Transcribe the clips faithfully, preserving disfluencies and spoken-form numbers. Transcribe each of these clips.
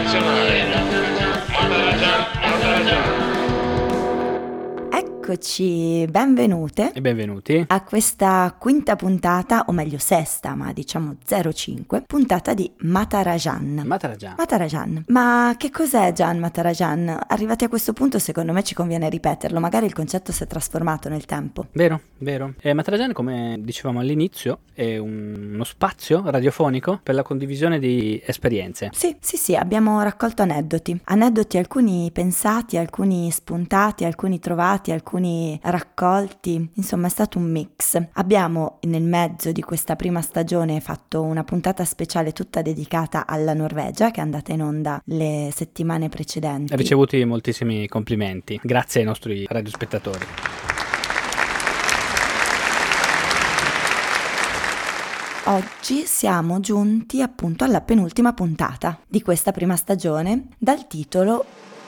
tradizionale. Matarajan, Matarajan. Eccoci, benvenute e benvenuti a questa quinta puntata, o meglio sesta, ma diciamo zero cinque, puntata di Matarajan. Matarajan. Matarajan. Ma che cos'è Gian Matarajan? Arrivati a questo punto secondo me ci conviene ripeterlo, magari il concetto si è trasformato nel tempo. Vero, vero. Eh, Matarajan, come dicevamo all'inizio, è un- uno spazio radiofonico per la condivisione di esperienze. Sì, sì, sì, abbiamo raccolto aneddoti, aneddoti alcuni pensati, alcuni spuntati, alcuni trovati, alcuni raccolti, insomma è stato un mix. Abbiamo nel mezzo di questa prima stagione fatto una puntata speciale tutta dedicata alla Norvegia, che è andata in onda le settimane precedenti. Ha ricevuti moltissimi complimenti, grazie ai nostri radiospettatori. Oggi siamo giunti appunto alla penultima puntata di questa prima stagione, dal titolo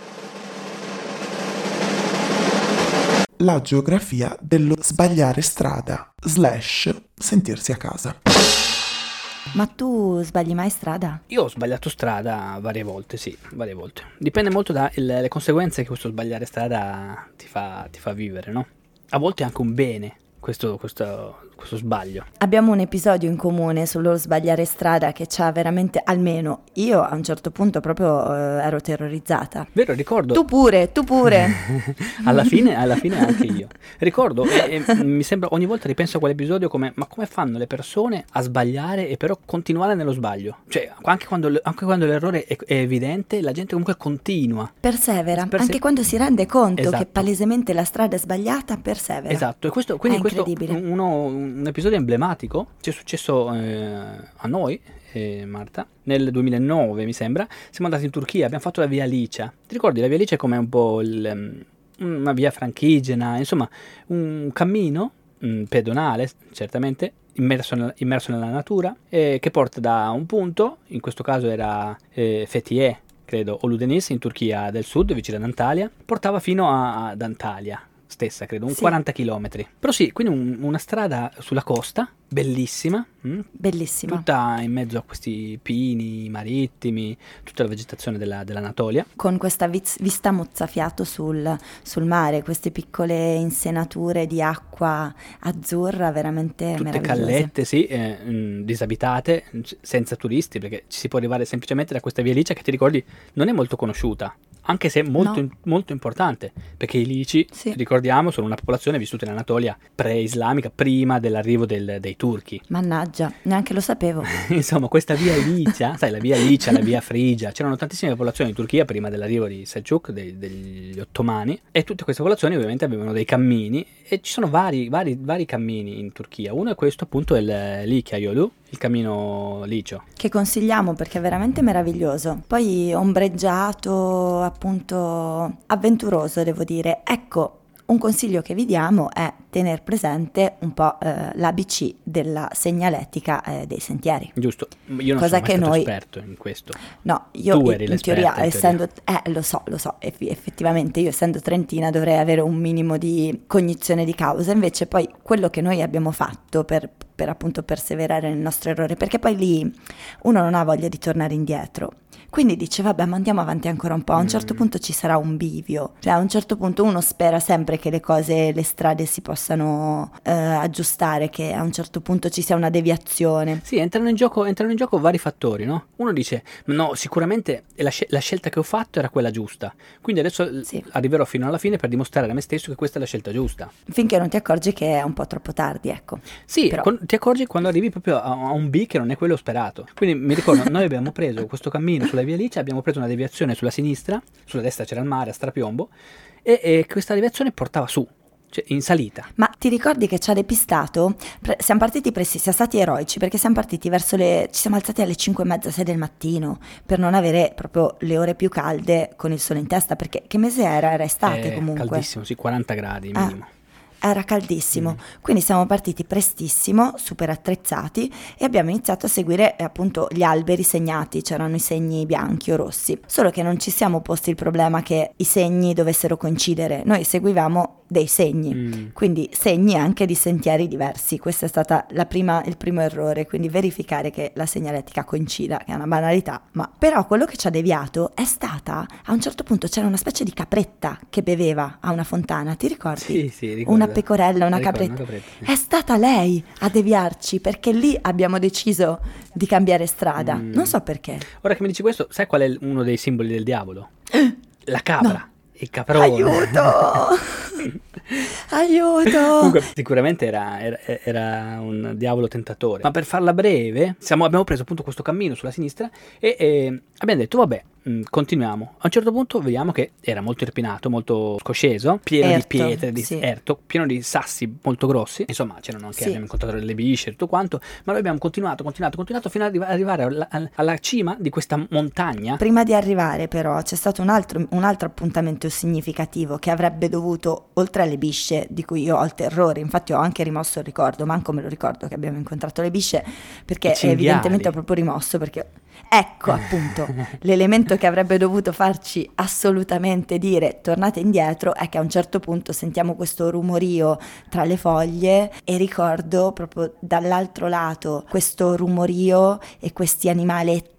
La geografia dello sbagliare strada slash sentirsi a casa. Ma tu sbagli mai strada? Io ho sbagliato strada varie volte, sì, varie volte. Dipende molto dalle conseguenze che questo sbagliare strada ti fa, ti fa vivere, no? A volte è anche un bene questo, questo, questo sbaglio. Abbiamo un episodio in comune sullo sbagliare strada che ci ha veramente, almeno io a un certo punto proprio eh, ero terrorizzata. Vero, ricordo. Tu pure, tu pure. alla fine, alla fine anche io. Ricordo, e, e, mi sembra, ogni volta ripenso a quell'episodio come, ma come fanno le persone a sbagliare e però continuare nello sbaglio? Cioè, anche quando, anche quando l'errore è, è evidente, la gente comunque continua. Persevera, Perse- anche quando si rende conto Esatto. che palesemente la strada è sbagliata, persevera. Esatto, e questo, quindi È questo incredibile. uno, un episodio emblematico, ci è successo eh, a noi, eh, Marta, nel duemilanove mi sembra, siamo andati in Turchia, abbiamo fatto la via Licia. Ti ricordi la via Licia è come un po' il, um, una via franchigena, insomma un cammino um, pedonale certamente, immerso, nel, immerso nella natura, eh, che porta da un punto, in questo caso era eh, Fethiye, credo, o Ludeniz in Turchia del sud, vicino ad Antalya, portava fino a, ad Antalya stessa, credo, un Sì. quaranta chilometri. Però sì, quindi un- una strada sulla costa, bellissima, mh? Bellissima. Tutta in mezzo a questi pini marittimi, tutta la vegetazione della, dell'Anatolia. Con questa vis- vista mozzafiato sul, sul mare, queste piccole insenature di acqua azzurra veramente Tutte meravigliose. callette, sì, eh, mh, disabitate, c- senza turisti, perché ci si può arrivare semplicemente da questa via Licia che ti ricordi non è molto conosciuta, anche se molto, No. in- molto importante, perché i Lici, Sì. ricordiamo, sono una popolazione vissuta in Anatolia pre-islamica, prima dell'arrivo del- dei turchi. Mannaggia, neanche lo sapevo. Insomma, questa via Licia, sai, la via Licia, la via Frigia, c'erano tantissime popolazioni in Turchia prima dell'arrivo di Selçuk, dei- degli ottomani, e tutte queste popolazioni ovviamente avevano dei cammini, e ci sono vari, vari, vari cammini in Turchia. Uno è questo, appunto, il Likya Yolu, il cammino licio. Che consigliamo perché è veramente meraviglioso. Poi ombreggiato, appunto avventuroso, devo dire. Ecco, un consiglio che vi diamo è tener presente un po' eh, l'A B C della segnaletica eh, dei sentieri. Giusto, io non Cosa sono mai che stato noi- esperto in questo. No, io Tu in- eri in l'esperta, teoria, in teoria. essendo, eh, lo so, lo so, eff- effettivamente io essendo trentina dovrei avere un minimo di cognizione di causa, invece poi quello che noi abbiamo fatto per, per appunto perseverare nel nostro errore, perché poi lì uno non ha voglia di tornare indietro, quindi dice vabbè ma andiamo avanti ancora un po', a un certo Mm. punto ci sarà un bivio, cioè a un certo punto uno spera sempre che le cose, le strade si possano eh, aggiustare, che a un certo punto ci sia una deviazione. Sì, entrano in gioco, entrano in gioco vari fattori, no? Uno dice, no, sicuramente la, scel- la scelta che ho fatto era quella giusta, quindi adesso l- Sì. arriverò fino alla fine per dimostrare a me stesso che questa è la scelta giusta. Finché non ti accorgi che è un po' troppo tardi, ecco. Sì, Però- quan- ti accorgi quando arrivi proprio a, a un B che non è quello sperato. Quindi mi ricordo, noi abbiamo preso questo cammino sulla via Licia, abbiamo preso una deviazione sulla sinistra, sulla destra c'era il mare a strapiombo, e, e questa deviazione portava su, cioè in salita. Ma ti ricordi che ci ha depistato? Pre- siamo partiti presi, siamo stati eroici perché siamo partiti verso le... ci siamo alzati alle cinque e mezza, sei del mattino per non avere proprio le ore più calde con il sole in testa, perché che mese era? Era estate È comunque. caldissimo, sì, quaranta gradi Ah, minimo. Era caldissimo, quindi siamo partiti prestissimo, super attrezzati e abbiamo iniziato a seguire eh, appunto gli alberi segnati, c'erano i segni bianchi o rossi, solo che non ci siamo posti il problema che i segni dovessero coincidere, noi seguivamo dei segni, Mm. quindi segni anche di sentieri diversi. Questa è stata la prima, il primo errore, quindi verificare che la segnaletica coincida, che è una banalità, ma però quello che ci ha deviato è stata, a un certo punto c'era una specie di capretta che beveva a una fontana, ti ricordi? Sì, sì, ricordo. Una pecorella, una Ricordo, capretta. una capretta, sì. È stata lei a deviarci, perché lì abbiamo deciso di cambiare strada, Mm. non so perché. Ora che mi dici questo, sai qual è il- uno dei simboli del diavolo? La capra. No. Il caprone. Aiuto! Aiuto! Comunque sicuramente era, era, era un diavolo tentatore. Ma per farla breve, siamo- abbiamo preso appunto questo cammino sulla sinistra e, e abbiamo detto vabbè, mh, continuiamo. A un certo punto vediamo che era molto irpinato, molto scosceso, pieno Erto, di pietre, di sì. erto, pieno di sassi molto grossi. Insomma, c'erano anche, Sì. abbiamo incontrato delle bisce e tutto quanto, ma noi abbiamo continuato, continuato, continuato fino ad arri- arrivare alla, alla- alla cima di questa montagna. Prima di arrivare però c'è stato un altro, un altro appuntamento significativo che avrebbe dovuto, oltre alle bisce di cui io ho il terrore, infatti ho anche rimosso il ricordo, manco me lo ricordo che abbiamo incontrato le bisce, perché I cinghiali. evidentemente ho proprio rimosso, perché ecco appunto l'elemento che avrebbe dovuto farci assolutamente dire tornate indietro è che a un certo punto sentiamo questo rumorio tra le foglie e ricordo proprio dall'altro lato questo rumorio e questi animaletti,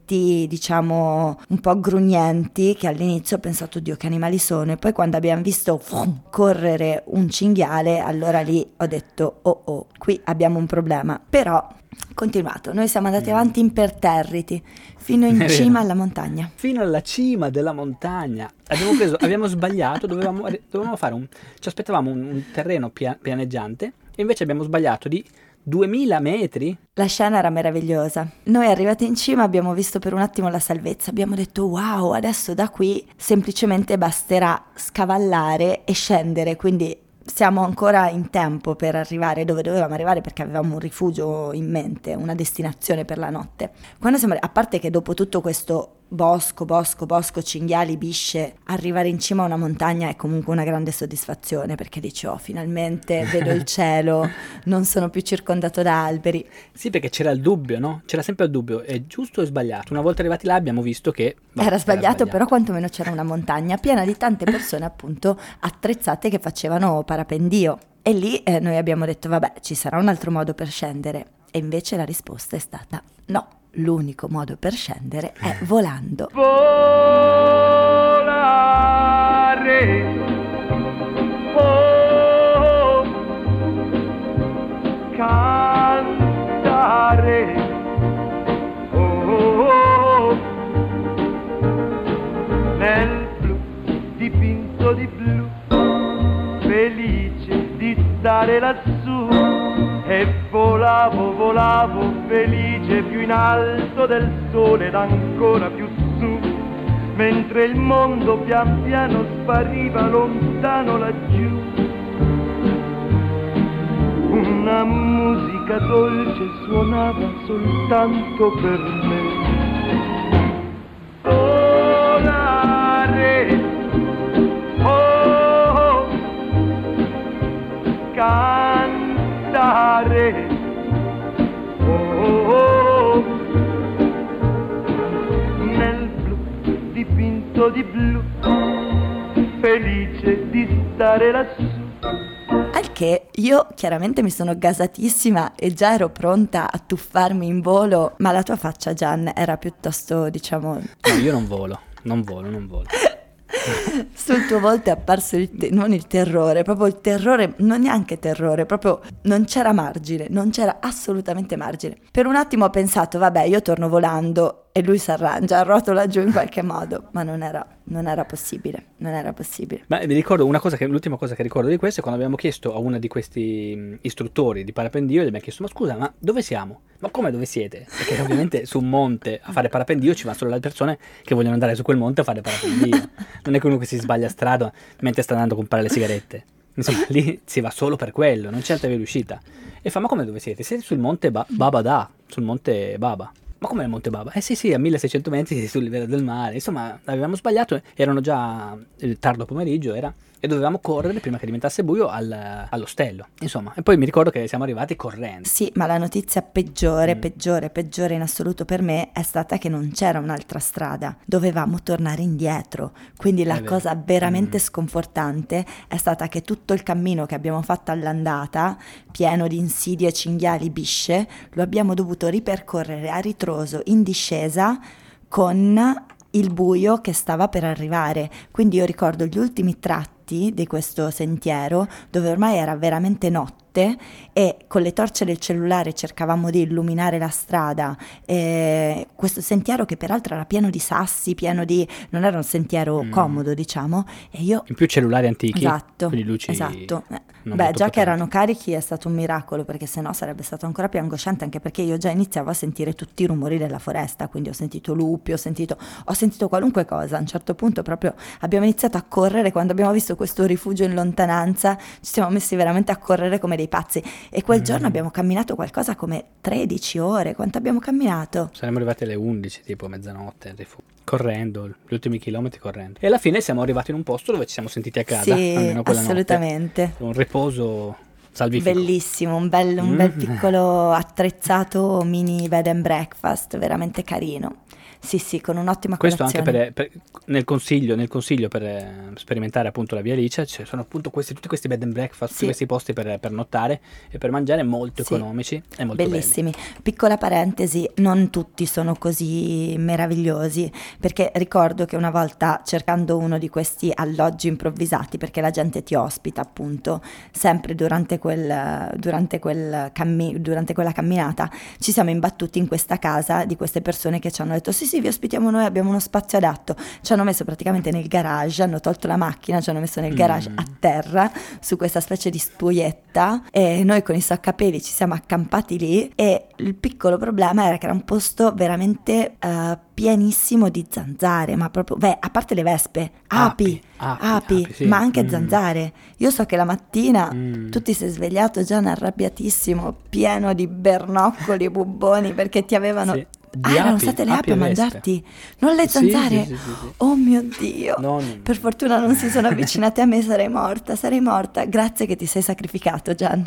diciamo un po' grugnenti, che all'inizio ho pensato Dio che animali sono, e poi quando abbiamo visto fum, correre un cinghiale, allora lì ho detto oh oh, qui abbiamo un problema. Però continuato, noi siamo andati avanti imperterriti fino in È vero. cima alla montagna. Fino alla cima della montagna abbiamo preso, abbiamo sbagliato, dovevamo, dovevamo fare un, ci aspettavamo un, un terreno pia- pianeggiante e invece abbiamo sbagliato di duemila metri. La scena era meravigliosa. Noi arrivati in cima abbiamo visto per un attimo la salvezza, abbiamo detto wow, adesso da qui semplicemente basterà scavallare e scendere, quindi siamo ancora in tempo per arrivare dove dovevamo arrivare, perché avevamo un rifugio in mente, una destinazione per la notte. Quando siamo, a parte che dopo tutto questo bosco, bosco, bosco, cinghiali, bisce, arrivare in cima a una montagna è comunque una grande soddisfazione, perché dici oh, finalmente vedo il cielo, non sono più circondato da alberi. Sì, perché c'era il dubbio, no? C'era sempre il dubbio, è giusto o è sbagliato? Una volta arrivati là abbiamo visto che no, Era sbagliato, però quantomeno c'era una montagna piena di tante persone appunto attrezzate che facevano parapendio. E lì eh, noi abbiamo detto vabbè, ci sarà un altro modo per scendere, e invece la risposta è stata no, l'unico modo per scendere è volando. Volare, oh, cantare, oh, nel blu dipinto di blu, felice di stare lassù. E volavo, volavo, felice più in alto del sole ed ancora più su, mentre il mondo pian piano spariva lontano laggiù. Una musica dolce suonava soltanto per me. Volare, oh, cantare, oh, nel blu dipinto di blu, felice di stare lassù. Al che io chiaramente mi sono gasatissima e già ero pronta a tuffarmi in volo, ma la tua faccia, Gian, era piuttosto, diciamo, No, io non volo, non volo, non volo. sul tuo volto è apparso il te- non il terrore, proprio il terrore, non neanche terrore, proprio non c'era margine, non c'era assolutamente margine. Per un attimo ho pensato, vabbè, io torno volando e lui si arrangia, arrotola giù in qualche modo, ma non era, non era possibile, non era possibile. Ma mi ricordo una cosa che, l'ultima cosa che ricordo di questo è quando abbiamo chiesto a una di questi mh, istruttori di parapendio, gli abbiamo chiesto ma scusa, ma dove siamo? Ma come dove siete? Perché ovviamente su un monte a fare parapendio ci vanno solo le persone che vogliono andare su quel monte a fare parapendio. Non è che uno che si sbaglia strada mentre sta andando a comprare le sigarette. Insomma, lì si va solo per quello, non c'è altra via d'uscita. E fa, ma come dove siete? Siete sul monte ba- Baba Da, sul monte Baba. Ma come il Monte Baba? Eh sì sì, a milleseicento metri sul livello del mare. Insomma, avevamo sbagliato, erano già il tardo pomeriggio, era, e dovevamo correre prima che diventasse buio al, all'ostello, insomma. E poi mi ricordo che siamo arrivati correndo. Sì, ma la notizia peggiore, Mm. peggiore, peggiore in assoluto per me è stata che non c'era un'altra strada, dovevamo tornare indietro. Quindi la È vero. cosa veramente Mm. sconfortante è stata che tutto il cammino che abbiamo fatto all'andata, pieno di insidie, cinghiali, bisce, lo abbiamo dovuto ripercorrere a ritroso in discesa con il buio che stava per arrivare. Quindi io ricordo gli ultimi tratti di questo sentiero dove ormai era veramente notte e con le torce del cellulare cercavamo di illuminare la strada, e questo sentiero che peraltro era pieno di sassi, pieno di... non era un sentiero Mm. comodo, diciamo, e io... In più cellulari antichi, Esatto, quindi luci esatto. Eh, non Beh, molto già che potenti. erano carichi è stato un miracolo, perché sennò sarebbe stato ancora più angosciante, anche perché io già iniziavo a sentire tutti i rumori della foresta, quindi ho sentito lupi, ho sentito, ho sentito qualunque cosa. A un certo punto proprio abbiamo iniziato a correre, quando abbiamo visto questo rifugio in lontananza ci siamo messi veramente a correre come dei pazzi, e quel Mm. giorno abbiamo camminato qualcosa come tredici ore. Quanto abbiamo camminato? Saremmo arrivati alle undici, tipo mezzanotte, al rifugio. Correndo, gli ultimi chilometri correndo. E alla fine siamo arrivati in un posto dove ci siamo sentiti a casa, Sì, almeno quella assolutamente. notte. Un riposo salvifico. Bellissimo, un bel, un bel Mm. piccolo attrezzato mini bed and breakfast, veramente carino. Sì, sì, con un'ottima Questo anche colazione. per, per- nel consiglio, nel consiglio per eh, sperimentare appunto la Via Alice, ci sono appunto questi, tutti questi bed and breakfast, Sì. tutti questi posti per, per nottare e per mangiare molto Sì. economici e molto Bellissimi. Piccola parentesi, non tutti sono così meravigliosi, perché ricordo che una volta, cercando uno di questi alloggi improvvisati, perché la gente ti ospita appunto sempre durante quel durante quel cammi- durante quella camminata, ci siamo imbattuti in questa casa di queste persone che ci hanno detto sì sì, vi ospitiamo noi, abbiamo uno spazio adatto. Ci hanno messo praticamente nel garage, hanno tolto la macchina, ci hanno messo nel garage Mm. a terra su questa specie di stuietta, e noi con i soccapeli ci siamo accampati lì, e il piccolo problema era che era un posto veramente eh, pienissimo di zanzare, ma proprio, beh, a parte le vespe, api, Api, api, api, api, sì. ma anche Mm. zanzare. Io so che la mattina Mm. tu ti sei svegliato già arrabbiatissimo, pieno di bernoccoli e bubboni, perché ti avevano... Sì. Ah, Di erano api, state le api api a e vespe. mangiarti, non le Sì, zanzare. sì, sì, sì, sì. Oh mio Dio, No, no, no. per fortuna non si sono avvicinate a me, sarei morta, sarei morta. Grazie che ti sei sacrificato, Gian.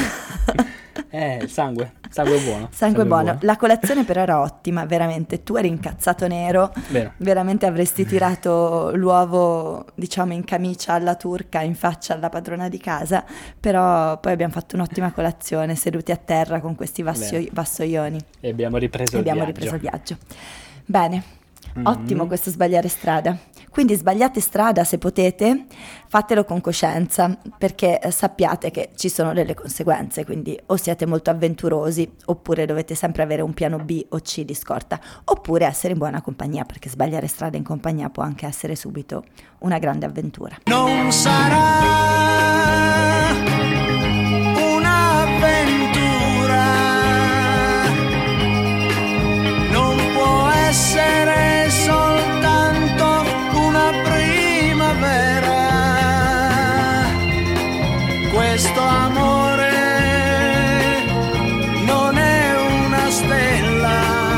Eh, il sangue, sangue buono. Sangue buono. La colazione però era ottima, veramente. Tu eri incazzato nero, Vero. veramente avresti tirato l'uovo, diciamo, in camicia alla turca in faccia alla padrona di casa, però poi abbiamo fatto un'ottima colazione seduti a terra con questi vassio- Vero. vassoioni E abbiamo ripreso e il abbiamo viaggio. ripreso il viaggio. Bene. Mhm. Ottimo questo sbagliare strada. Quindi sbagliate strada se potete, fatelo con coscienza, perché eh, sappiate che ci sono delle conseguenze, quindi o siete molto avventurosi, oppure dovete sempre avere un piano B o C di scorta, oppure essere in buona compagnia, perché sbagliare strada in compagnia può anche essere subito una grande avventura. Non sarà un'avventura, non può essere soltanto una primavera, questo amore non è una stella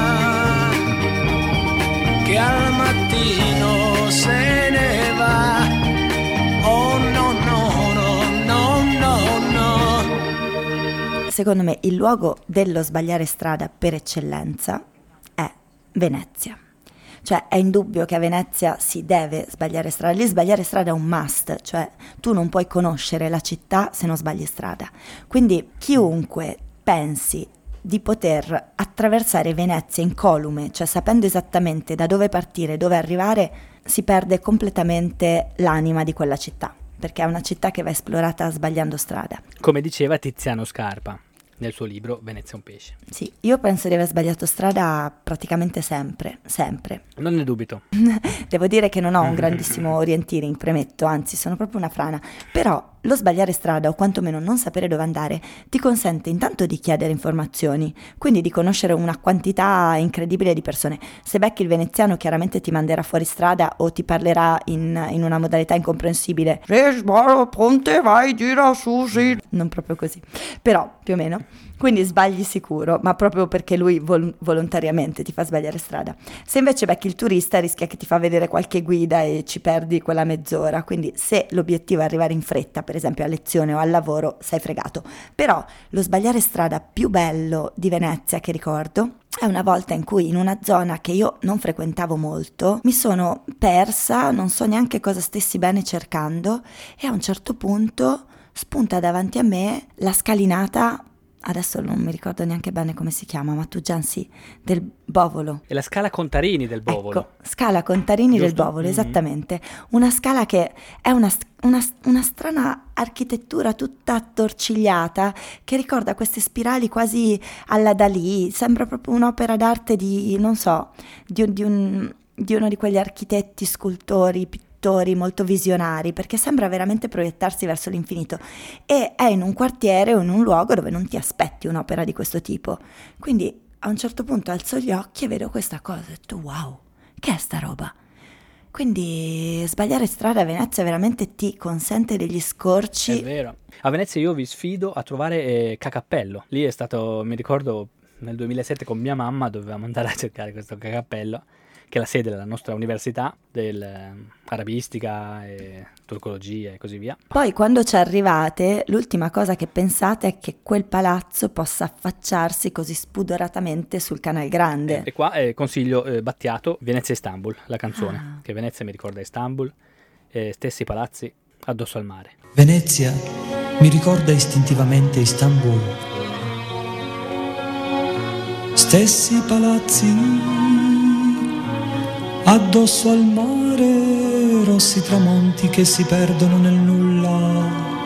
che al mattino se ne va. Oh no no no no no no. Secondo me il luogo dello sbagliare strada per eccellenza è Venezia. Cioè è indubbio che a Venezia si deve sbagliare strada, lì sbagliare strada è un must, cioè tu non puoi conoscere la città se non sbagli strada. Quindi chiunque pensi di poter attraversare Venezia incolume, cioè sapendo esattamente da dove partire, dove arrivare, si perde completamente l'anima di quella città, perché è una città che va esplorata sbagliando strada. Come diceva Tiziano Scarpa nel suo libro Venezia è un pesce. Sì, io penso di aver sbagliato strada praticamente sempre, sempre. Non ne dubito. Devo dire che non ho un grandissimo orienteering, premetto, anzi sono proprio una frana, però lo sbagliare strada o quantomeno non sapere dove andare ti consente intanto di chiedere informazioni, quindi di conoscere una quantità incredibile di persone. Se becchi il veneziano chiaramente ti manderà fuori strada o ti parlerà in, in una modalità incomprensibile. Ponte, vai, gira su, sì. Non proprio così, però più o meno. Quindi sbagli sicuro, ma proprio perché lui vol- volontariamente ti fa sbagliare strada. Se invece becchi il turista rischia che ti fa vedere qualche guida e ci perdi quella mezz'ora, quindi se l'obiettivo è arrivare in fretta, per esempio a lezione o al lavoro, sei fregato. Però lo sbagliare strada più bello di Venezia che ricordo è una volta in cui in una zona che io non frequentavo molto mi sono persa, non so neanche cosa stessi bene cercando, e a un certo punto spunta davanti a me la scalinata. Adesso non mi ricordo neanche bene come si chiama, ma tu Gian sì, del Bovolo. È la scala Contarini del Bovolo. Ecco, scala Contarini Giusto? del Bovolo, Mm-hmm. esattamente. Una scala che è una, una, una strana architettura tutta attorcigliata, che ricorda queste spirali quasi alla Dalì, sembra proprio un'opera d'arte di, non so, di, un, di, un, di uno di quegli architetti, scultori, pittori, molto visionari, perché sembra veramente proiettarsi verso l'infinito, e è in un quartiere o in un luogo dove non ti aspetti un'opera di questo tipo. Quindi a un certo punto alzo gli occhi e vedo questa cosa e ho detto wow, che è sta roba? Quindi sbagliare strada a Venezia veramente ti consente degli scorci. È vero. A Venezia io vi sfido a trovare eh, Cacappello. Lì è stato, mi ricordo, nel duemilasette con mia mamma dovevamo andare a cercare questo Cacappello, che è la sede della nostra università, dell'arabistica e turcologia e così via. Poi quando ci arrivate, l'ultima cosa che pensate è che quel palazzo possa affacciarsi così spudoratamente sul Canal Grande. E qua eh, consiglio eh, Battiato, Venezia Istanbul, la canzone, Ah. che Venezia mi ricorda Istanbul, eh, stessi palazzi addosso al mare. Venezia mi ricorda istintivamente Istanbul. Stessi palazzi addosso al mare, rossi tramonti che si perdono nel nulla.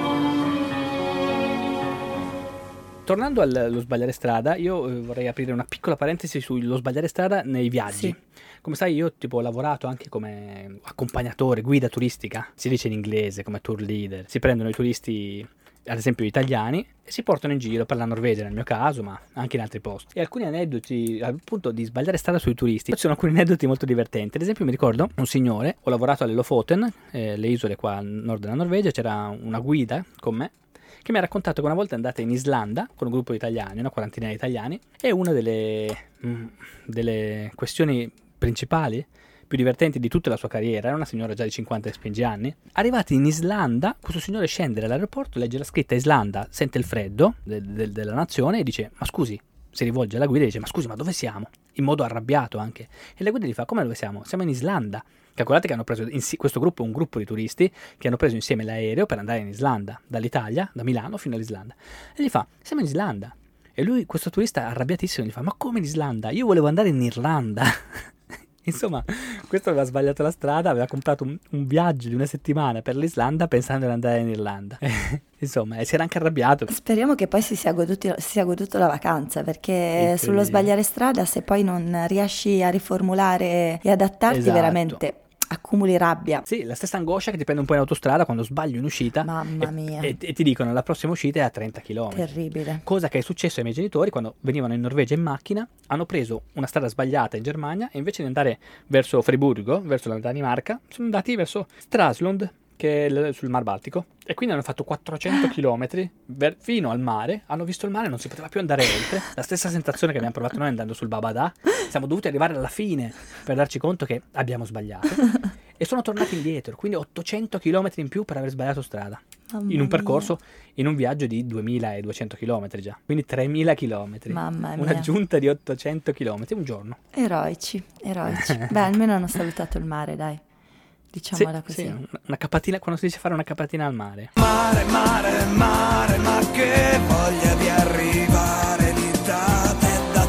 Tornando al- allo sbagliare strada, io eh, vorrei aprire una piccola parentesi sullo sbagliare strada nei viaggi. Sì. Come sai, io tipo ho lavorato anche come accompagnatore, guida turistica, si dice in inglese, come tour leader. Si prendono i turisti, ad esempio italiani, e si portano in giro per la Norvegia nel mio caso, ma anche in altri posti. E alcuni aneddoti, appunto, di sbagliare strada sui turisti. Ci sono alcuni aneddoti molto divertenti. Ad esempio mi ricordo un signore, ho lavorato alle Lofoten, eh, le isole qua al nord della Norvegia, c'era una guida con me che mi ha raccontato che una volta è andata in Islanda con un gruppo di italiani, una quarantina di italiani, e una delle, mh, delle questioni principali, più divertenti di tutta la sua carriera, era una signora già di cinquanta e spingi anni. Arrivati in Islanda, questo signore scende dall'aeroporto, legge la scritta Islanda, sente il freddo de- de- della nazione e dice: ma scusi, si rivolge alla guida e dice: ma scusi, ma dove siamo? In modo arrabbiato anche. E la guida gli fa: come dove siamo? Siamo in Islanda. Calcolate che hanno preso, insi- questo gruppo è un gruppo di turisti che hanno preso insieme l'aereo per andare in Islanda, dall'Italia, da Milano fino all'Islanda. E gli fa: siamo in Islanda. E lui, questo turista arrabbiatissimo, gli fa: ma come in Islanda? Io volevo andare in Irlanda. Insomma, questo aveva sbagliato la strada, aveva comprato un, un viaggio di una settimana per l'Islanda pensando di andare in Irlanda. Insomma, e si era anche arrabbiato. Speriamo che poi si sia goduto, si sia goduto la vacanza, perché Incredibile. sullo sbagliare strada, se poi non riesci a riformulare e adattarti, Esatto. veramente accumuli rabbia. Sì, la stessa angoscia che ti prende un po' in autostrada quando sbagli un'uscita. Mamma e, mia. E, e ti dicono la prossima uscita è a trenta chilometri. Terribile. Cosa che è successo ai miei genitori quando venivano in Norvegia in macchina, hanno preso una strada sbagliata in Germania e invece di andare verso Friburgo, verso la Danimarca, sono andati verso Straslund, che è l- sul Mar Baltico, e quindi hanno fatto quattrocento chilometri ver- fino al mare, hanno visto il mare, non si poteva più andare oltre, la stessa sensazione che abbiamo provato noi andando sul Babadà. Siamo dovuti arrivare alla fine per darci conto che abbiamo sbagliato e sono tornati indietro, quindi ottocento chilometri in più per aver sbagliato strada. Mamma In un mia. percorso, in un viaggio di duemiladuecento chilometri già, quindi tremila chilometri. Mamma mia. Un'aggiunta di ottocento chilometri un giorno. Eroici, eroici. Beh, almeno hanno salutato il mare, dai. Diciamola Sì, così. sì, una- una capatina, quando si dice fare una capatina al mare. Mare, mare, mare, ma che voglia di arrivare lì da te, da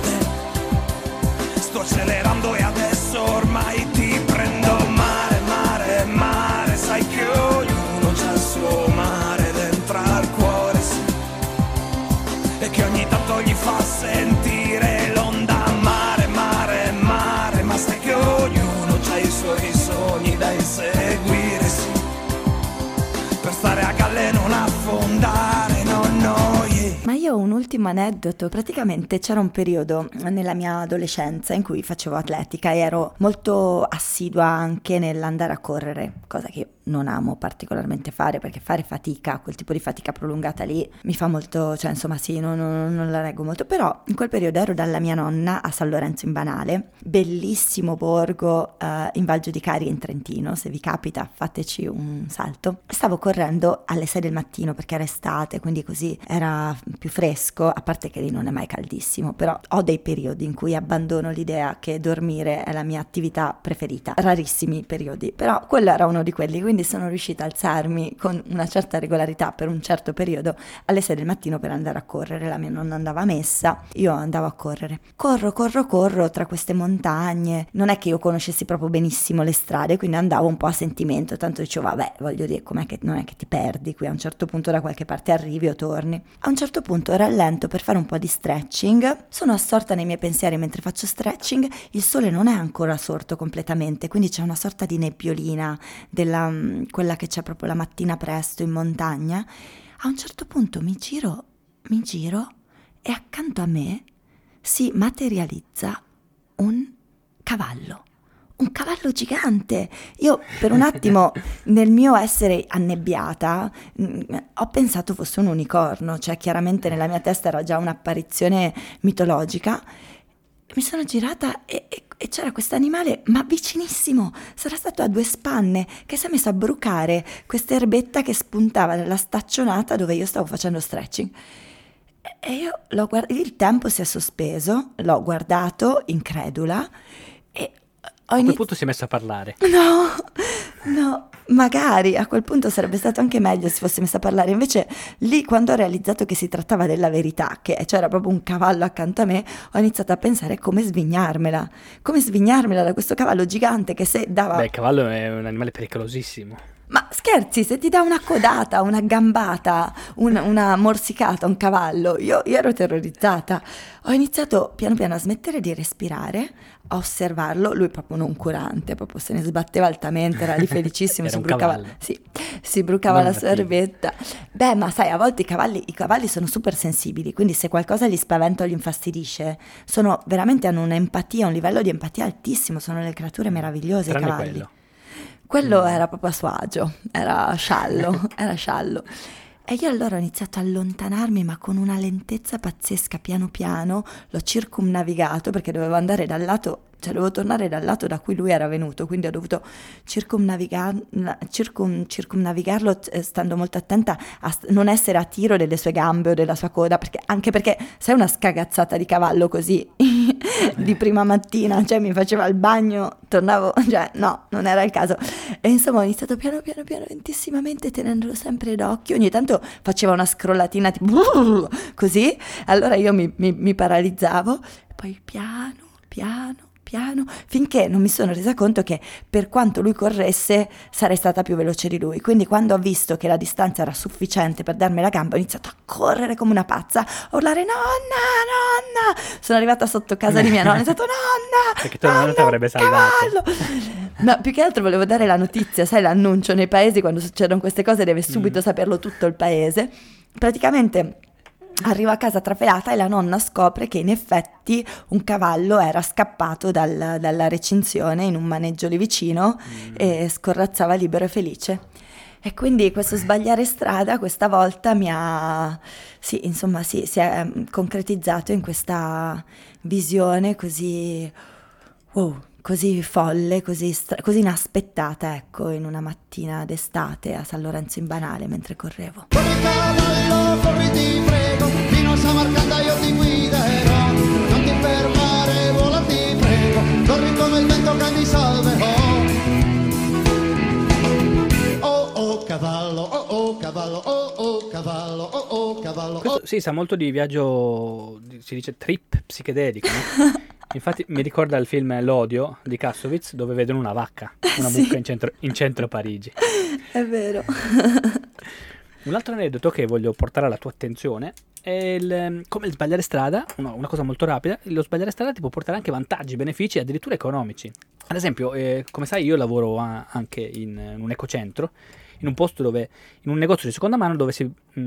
te. Sto accelerando e adesso ormai ti prendo. Mare, mare, mare, sai che ognuno c'ha il suo mare dentro al cuore, sì. E che ogni tanto gli fa sentire l'onda. Mare, mare, mare, ma sai che ognuno c'ha i suoi sogni da inseguire, sì. Per stare a galla in una io ho un ultimo aneddoto. Praticamente c'era un periodo nella mia adolescenza in cui facevo atletica e ero molto assidua anche nell'andare a correre, cosa che non amo particolarmente fare, perché fare fatica, quel tipo di fatica prolungata lì, mi fa molto, cioè insomma sì, non, non, non la reggo molto. Però in quel periodo ero dalla mia nonna a San Lorenzo in Banale, bellissimo borgo eh, in Val Giudicari in Trentino, se vi capita fateci un salto. Stavo correndo alle sei del mattino perché era estate, quindi così era più fresco, a parte che lì non è mai caldissimo, però ho dei periodi in cui abbandono l'idea che dormire è la mia attività preferita, rarissimi periodi, però quello era uno di quelli, quindi sono riuscita a alzarmi con una certa regolarità per un certo periodo alle sei del mattino per andare a correre. La mia nonna andava a messa, io andavo a correre. Corro, corro, corro tra queste montagne. Non è che io conoscessi proprio benissimo le strade, quindi andavo un po' a sentimento, tanto dicevo, vabbè, voglio dire, com'è che non è che ti perdi qui, a un certo punto da qualche parte arrivi o torni. A un certo punto rallento per fare un po' di stretching, sono assorta nei miei pensieri mentre faccio stretching, il sole non è ancora sorto completamente, quindi c'è una sorta di nebbiolina della quella che c'è proprio la mattina presto in montagna. A un certo punto mi giro, mi giro e accanto a me si materializza un cavallo, un cavallo gigante. Io per un attimo nel mio essere annebbiata mh, ho pensato fosse un unicorno, cioè chiaramente nella mia testa era già un'apparizione mitologica. Mi sono girata e, e, e c'era questo animale, ma vicinissimo, sarà stato a due spanne, che si è messo a brucare questa erbetta che spuntava dalla staccionata dove io stavo facendo stretching. E, e io l'ho guardato, il tempo si è sospeso, l'ho guardato incredula e ho A quel inizi- punto si è messo a parlare. No, no, magari a quel punto sarebbe stato anche meglio se fosse messa a parlare. Invece lì, quando ho realizzato che si trattava della verità, che c'era proprio un cavallo accanto a me, ho iniziato a pensare come svignarmela, come svignarmela da questo cavallo gigante che se dava... Beh, il cavallo è un animale pericolosissimo. Ma scherzi, se ti dà una codata, una gambata, un- una morsicata, un cavallo, io, io ero terrorizzata. Ho iniziato piano piano a smettere di respirare, a osservarlo, lui proprio noncurante, proprio se ne sbatteva altamente, era lì felicissimo, Era si un brucava, cavallo. sì, si brucava Non la una figlia. sorbetta. Beh, ma sai, a volte i cavalli, i cavalli sono super sensibili, quindi se qualcosa li spaventa o li infastidisce, sono veramente, hanno un'empatia, un livello di empatia altissimo, sono le creature meravigliose, Tranne i cavalli. quello. Quello Mm. era proprio a suo agio, era sciallo, era sciallo. E io allora ho iniziato a allontanarmi, ma con una lentezza pazzesca, piano piano, l'ho circumnavigato perché dovevo andare dal lato, cioè dovevo tornare dal lato da cui lui era venuto, quindi ho dovuto circumnavigar- circum- circumnavigarlo eh, stando molto attenta a st- non essere a tiro delle sue gambe o della sua coda, perché, anche perché sai una scagazzata di cavallo così di prima mattina, cioè mi faceva il bagno, tornavo, cioè no, non era il caso. E insomma ho iniziato piano piano piano, lentissimamente, tenendolo sempre d'occhio, ogni tanto faceva una scrollatina tipo così, allora io mi, mi, mi paralizzavo, poi piano piano piano, finché non mi sono resa conto che per quanto lui corresse sarei stata più veloce di lui. Quindi quando ho visto che la distanza era sufficiente per darmi la gamba, ho iniziato a correre come una pazza, a urlare nonna, nonna. Sono arrivata sotto casa di mia nonna, ho detto nonna, Perché tua nonna nonna, ti avrebbe un salvato. cavallo. No, più che altro volevo dare la notizia, sai, l'annuncio nei paesi, quando succedono queste cose deve subito Mm. saperlo tutto il paese. Praticamente arrivo a casa trafelata e la nonna scopre che in effetti un cavallo era scappato dal- dalla recinzione in un maneggio lì vicino Mm. e scorrazzava libero e felice. E quindi questo sbagliare strada questa volta mi ha, sì, insomma, sì, si è mm, concretizzato in questa visione così, wow, così folle, così, stra- così inaspettata, ecco, in una mattina d'estate a San Lorenzo in Banale mentre correvo. Corri cavallo, corri ti prego, fino a Samarcanda io ti guiderò. Non ti fermare, vola ti prego, corri come il vento che mi salverò. Oh oh cavallo, oh oh cavallo, oh oh cavallo, oh oh cavallo. Questo sì, sa molto di viaggio, di- si dice trip psichedelico, no? Infatti mi ricorda il film L'Odio di Kassovitz, dove vedono una vacca, una Sì. mucca in centro, in centro a Parigi. È vero. Un altro aneddoto che voglio portare alla tua attenzione è il, come il sbagliare strada, una, una cosa molto rapida, lo sbagliare strada ti può portare anche vantaggi, benefici, addirittura economici. Ad esempio, eh, come sai, io lavoro a- anche in, in un ecocentro in un posto dove, in un negozio di seconda mano dove si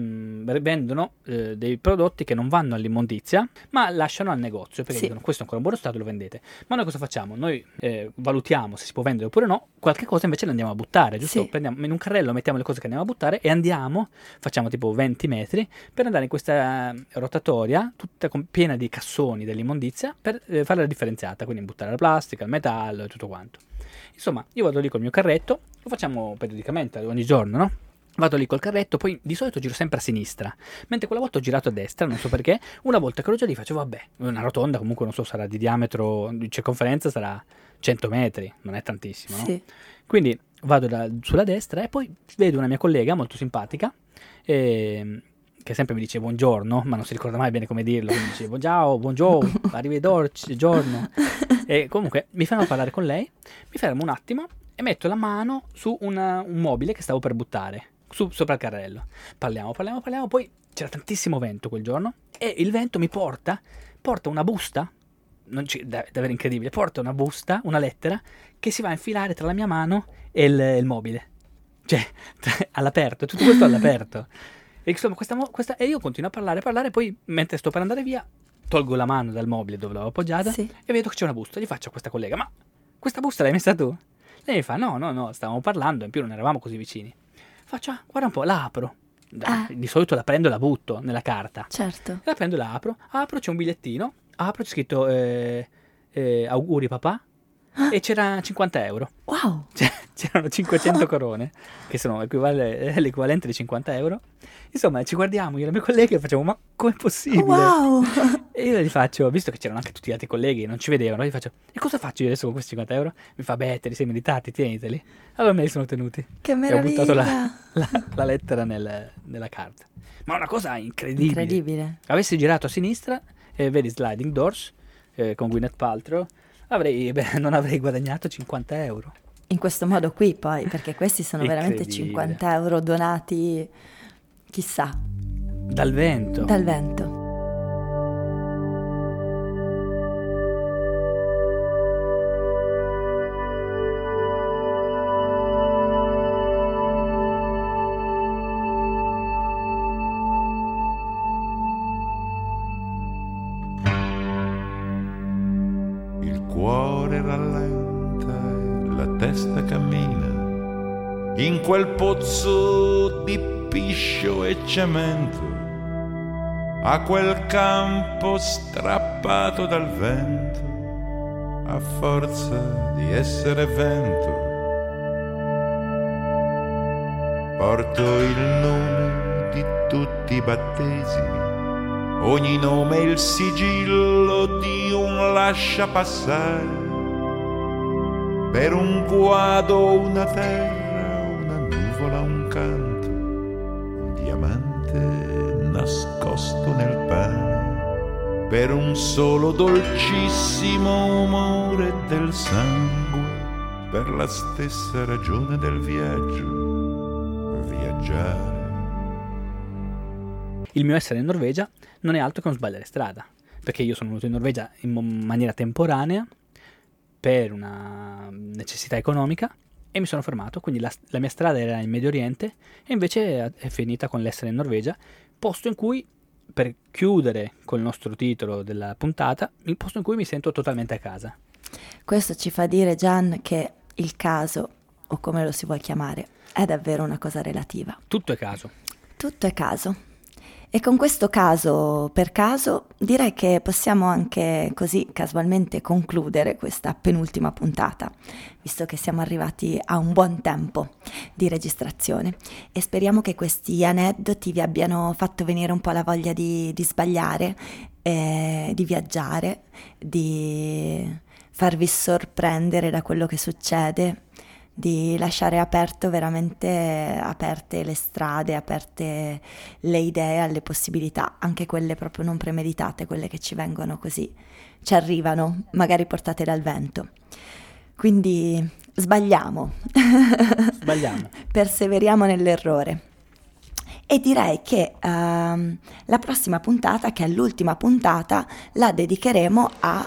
mh, vendono eh, dei prodotti che non vanno all'immondizia, ma lasciano al negozio, perché Sì. dicono questo è ancora in buono stato, lo vendete. Ma noi cosa facciamo? Noi eh, valutiamo se si può vendere oppure no, qualche cosa invece le andiamo a buttare, giusto? Sì. Prendiamo in un carrello, mettiamo le cose che andiamo a buttare e andiamo, facciamo tipo venti metri, per andare in questa eh, rotatoria, tutta con- piena di cassoni dell'immondizia, per eh, fare la differenziata, quindi buttare la plastica, il metallo e tutto quanto. Insomma, io vado lì col mio carretto, lo facciamo periodicamente, ogni giorno, no? Vado lì col carretto, poi di solito giro sempre a sinistra, mentre quella volta ho girato a destra, non so perché. Una volta che ero già lì faccio, vabbè, una rotonda comunque non so, sarà di diametro, di circonferenza sarà cento metri, non è tantissimo, no? Sì. Quindi vado da- sulla destra e poi vedo una mia collega molto simpatica, ehm, che sempre mi dice buongiorno, ma non si ricorda mai bene come dirlo, quindi dice ciao, buongiorno, arrivederci, giorno. E comunque mi fermo a parlare con lei, mi fermo un attimo e metto la mano su una- un mobile che stavo per buttare, su- sopra il carrello. Parliamo, parliamo, parliamo, poi c'era tantissimo vento quel giorno e il vento mi porta, porta una busta, non ci, da- davvero incredibile, porta una busta, una lettera, che si va a infilare tra la mia mano e il, il mobile. Cioè, all'aperto, tutto questo all'aperto. E insomma, questa, mo- questa- e io continuo a parlare, parlare, poi mentre sto per andare via, tolgo la mano dal mobile dove l'avevo appoggiata Sì. e vedo che c'è una busta. Gli faccio a questa collega, ma questa busta l'hai messa tu? Lei mi fa, no, no, no, stavamo parlando, in più non eravamo così vicini. Faccio, ah, guarda un po', la apro. Da- Ah. Di solito la prendo e la butto nella carta. Certo. La prendo e la apro, apro, c'è un bigliettino, apro, c'è scritto eh, eh, auguri papà, e c'era cinquanta euro. Wow. Cioè, c'erano cinquecento corone, che sono equivale- è l'equivalente di cinquanta euro. Insomma, ci guardiamo io e le mie colleghe e facciamo, ma com'è possibile? Wow. E io gli faccio, visto che c'erano anche tutti gli altri colleghi, non ci vedevano, gli faccio, e cosa faccio io adesso con questi cinquanta euro? Mi fa, beh, te li sei meritati, tieniteli. Allora me li sono tenuti. Che E ho meraviglia. buttato la, la- la lettera nel- nella carta. Ma una cosa incredibile. Incredibile. Avessi girato a sinistra, e vedi Sliding Doors, eh, con Gwyneth Paltrow, avrei, beh, non avrei guadagnato cinquanta euro. In questo modo qui poi, perché questi sono veramente Incredibile. cinquanta euro donati, chissà, Dal vento. dal vento. Il cuore rallenta e la testa cammina in quel pozzo di piscio e cemento, a quel campo strappato dal vento, a forza di essere vento. Porto il nome di tutti i battesimi, ogni nome è il sigillo di un lascia passare, per un guado, una terra, una nuvola, un canto, un diamante nascosto nel pane, per un solo dolcissimo umore del sangue, per la stessa ragione del viaggio, viaggiare. Il mio essere in Norvegia non è altro che non sbagliare strada, perché io sono venuto in Norvegia in mo- maniera temporanea per una necessità economica e mi sono fermato, quindi la, la mia strada era in Medio Oriente e invece è, è finita con l'essere in Norvegia, posto in cui, per chiudere col nostro titolo della puntata, il posto in cui mi sento totalmente a casa. Questo ci fa dire, Gian, che il caso, o come lo si vuol chiamare, è davvero una cosa relativa. Tutto è caso. Tutto è caso. E con questo caso per caso direi che possiamo anche così casualmente concludere questa penultima puntata, visto che siamo arrivati a un buon tempo di registrazione e speriamo che questi aneddoti vi abbiano fatto venire un po' la voglia di, di sbagliare, eh, di viaggiare, di farvi sorprendere da quello che succede, di lasciare aperto veramente aperte le strade, aperte le idee alle possibilità, anche quelle proprio non premeditate, quelle che ci vengono così, ci arrivano, magari portate dal vento. Quindi sbagliamo, Sbagliamo. perseveriamo nell'errore. E direi che ehm, la prossima puntata, che è l'ultima puntata, la dedicheremo a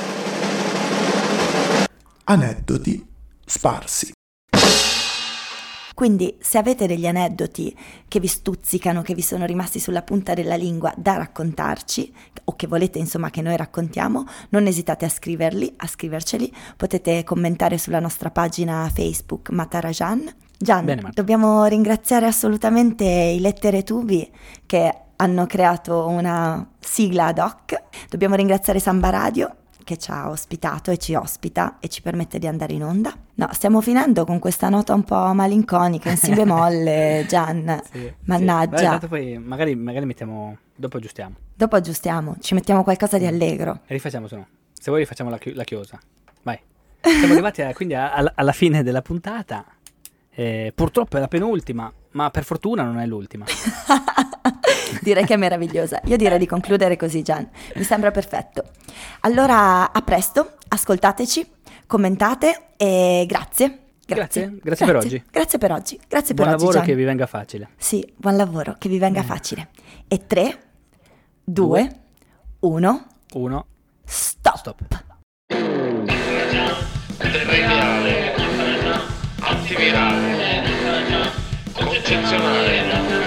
Aneddoti sparsi. Quindi se avete degli aneddoti che vi stuzzicano, che vi sono rimasti sulla punta della lingua da raccontarci, o che volete insomma che noi raccontiamo, non esitate a scriverli, a scriverceli. Potete commentare sulla nostra pagina Facebook Matarajan. Gian, Bene, Marta. dobbiamo ringraziare assolutamente i Lettere Tubi che hanno creato una sigla ad hoc. Dobbiamo ringraziare Samba Radio che ci ha ospitato e ci ospita e ci permette di andare in onda. No, stiamo finendo con questa nota un po' malinconica in si bemolle, Gian. Sì, Mannaggia. Sì. Vabbè, tanto poi magari, magari mettiamo, dopo aggiustiamo. Dopo aggiustiamo, ci mettiamo qualcosa di allegro. E rifacciamo, se no. Se vuoi rifacciamo la, chi- la chiosa. Vai. Siamo arrivati a- quindi a- alla- alla fine della puntata. Eh, purtroppo è la penultima, ma per fortuna non è l'ultima. Direi che è meravigliosa. Io direi di concludere così, Gian. Mi sembra perfetto. Allora, a presto, ascoltateci, commentate e grazie. Grazie. Grazie, grazie per oggi. Grazie per oggi. Grazie Buon per oggi, lavoro, Gian. che vi venga facile. Sì, buon lavoro, che vi venga facile. E tre, due, uno, Uno. stop. Stop. Territoriale, antivirale, concezionale,